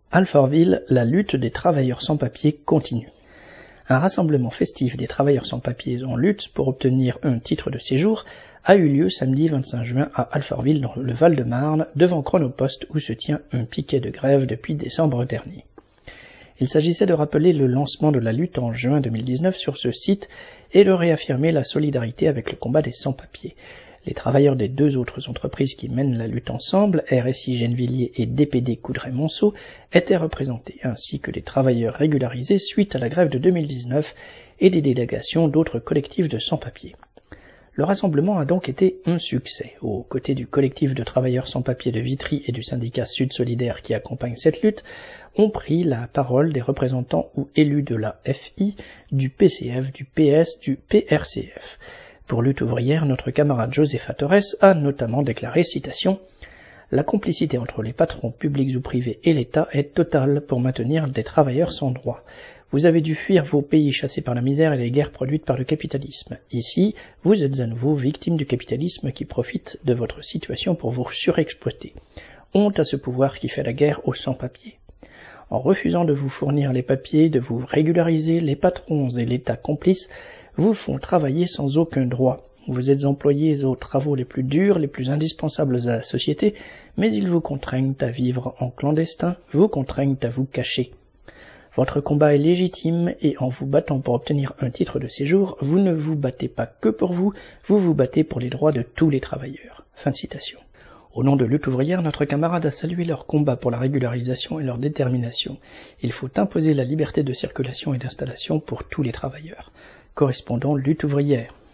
Alfortville, la lutte des travailleurs sans papier continue. Un rassemblement festif des travailleurs sans papier en lutte pour obtenir un titre de séjour a eu lieu samedi 25 juin à Alfortville dans le Val-de-Marne, devant Chronopost où se tient un piquet de grève depuis décembre dernier. Il s'agissait de rappeler le lancement de la lutte en juin 2019 sur ce site et de réaffirmer la solidarité avec le combat des sans-papiers. Les travailleurs des deux autres entreprises qui mènent la lutte ensemble, RSI Gennevilliers et DPD Coudray-Monceau, étaient représentés, ainsi que les travailleurs régularisés suite à la grève de 2019 et des délégations d'autres collectifs de sans-papiers. Le rassemblement a donc été un succès. Aux côtés du collectif de travailleurs sans-papiers de Vitry et du syndicat Sud Solidaire qui accompagne cette lutte, ont pris la parole des représentants ou élus de la FI, du PCF, du PS, du PRCF. Pour Lutte ouvrière, notre camarade Josepha Torres a notamment déclaré, citation, « La complicité entre les patrons publics ou privés et l'État est totale pour maintenir des travailleurs sans droit. Vous avez dû fuir vos pays chassés par la misère et les guerres produites par le capitalisme. Ici, vous êtes à nouveau victimes du capitalisme qui profite de votre situation pour vous surexploiter. Honte à ce pouvoir qui fait la guerre aux sans-papiers. En refusant de vous fournir les papiers, de vous régulariser, les patrons et l'État complices vous font travailler sans aucun droit. Vous êtes employés aux travaux les plus durs, les plus indispensables à la société, mais ils vous contraignent à vivre en clandestin, vous contraignent à vous cacher. Votre combat est légitime et en vous battant pour obtenir un titre de séjour, vous ne vous battez pas que pour vous, vous vous battez pour les droits de tous les travailleurs. » Fin de citation. Au nom de Lutte ouvrière, notre camarade a salué leur combat pour la régularisation et leur détermination. Il faut imposer la liberté de circulation et d'installation pour tous les travailleurs. Correspondant Lutte ouvrière.